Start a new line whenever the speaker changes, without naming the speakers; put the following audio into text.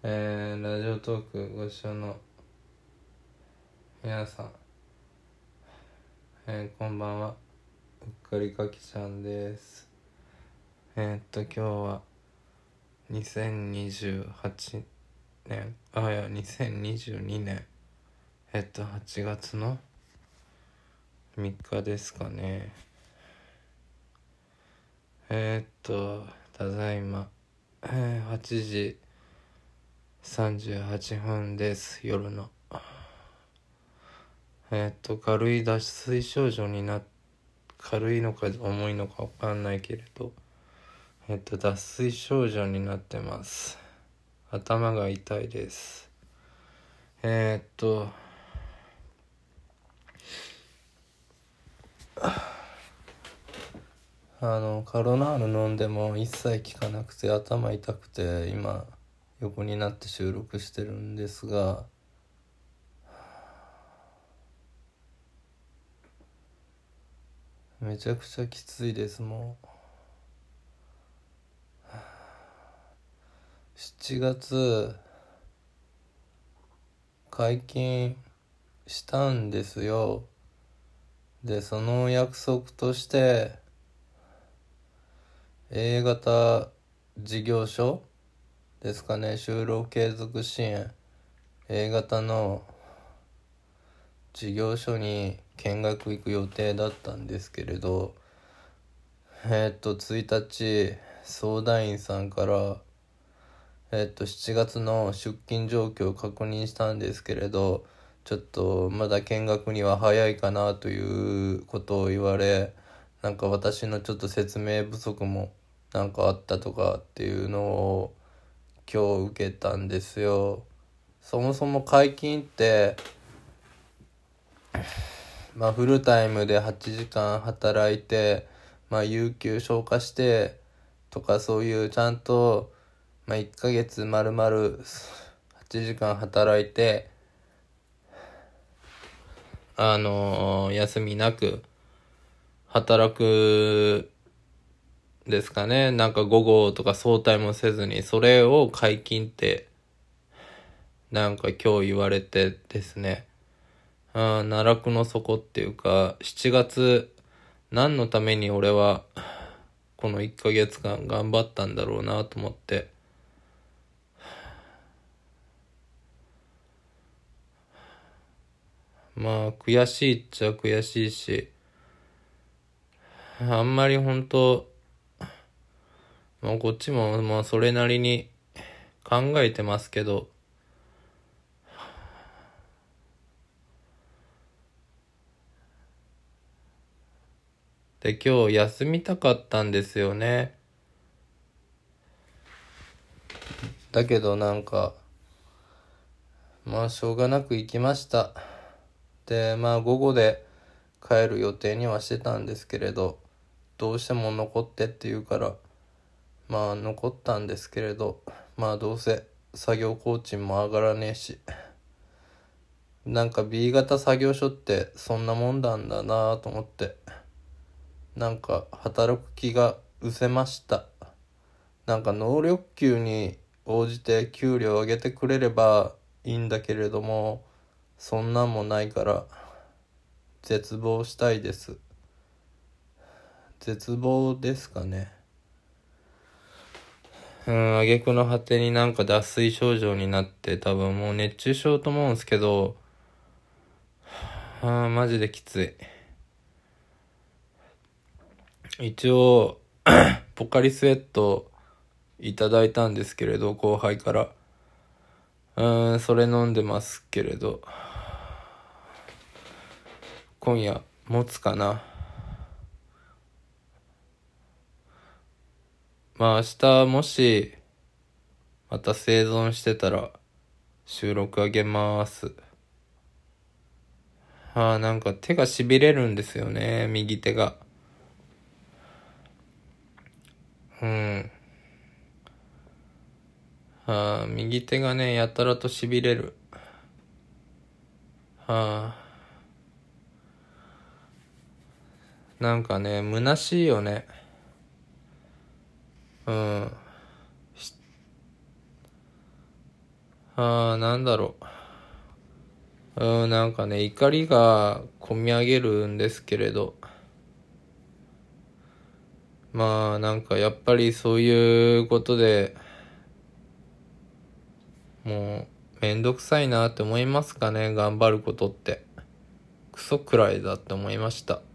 ラジオトークご視聴の皆さん、こんばんは。うっかりかきちゃんです。今日は2028年2022年8月の3日ですかね。ただいま、8時38分です。夜の軽い脱水症状に軽いのか重いのか分かんないけれど脱水症状になってます。頭が痛いです。カロナール飲んでも一切効かなくて頭痛くて今横になって収録してるんですが、めちゃくちゃきついです。もう7月解禁したんですよ。でその約束としてA 型事業所ですかね、就労継続支援 A 型の事業所に見学行く予定だったんですけれど、1日相談員さんから7月の出勤状況を確認したんですけれど、ちょっとまだ見学には早いかなということを言われ、なんか私のちょっと説明不足もなんかあったとかっていうのを今日受けたんですよ。そもそも解禁ってフルタイムで8時間働いて有給消化してとか、そういうちゃんと1ヶ月丸々8時間働いて休みなく働くですかね。なんか午後とか早退もせずに、それを解禁ってなんか今日言われてですね、奈落の底っていうか、7月何のために俺はこの1ヶ月間頑張ったんだろうなと思って、悔しいっちゃ悔しいし、あんまり本当もうこっちもそれなりに考えてますけど、で今日休みたかったんですよね。だけどなんかしょうがなく行きました。で午後で帰る予定にはしてたんですけれど、どうしても残ってって言うから残ったんですけれど、どうせ作業工賃も上がらねえし、なんか B 型作業所ってそんなもんなんだなと思って、なんか働く気が失せました。なんか能力給に応じて給料上げてくれればいいんだけれども、そんなんもないから絶望したいです。絶望ですかね。挙句の果てになんか脱水症状になって、多分もう熱中症と思うんすけど、マジできつい。一応ポカリスエットいただいたんですけれど、後輩から、それ飲んでますけれど、今夜持つかな。明日もしまた生存してたら収録あげます。なんか手が痺れるんですよね、右手が。右手がねやたらと痺れる。なんかね虚しいよね。 なんだろう。なんかね、怒りがこみ上げるんですけれど、なんかやっぱりそういうことでもうめんどくさいなって思いますかね、頑張ることって。クソくらいだって思いました。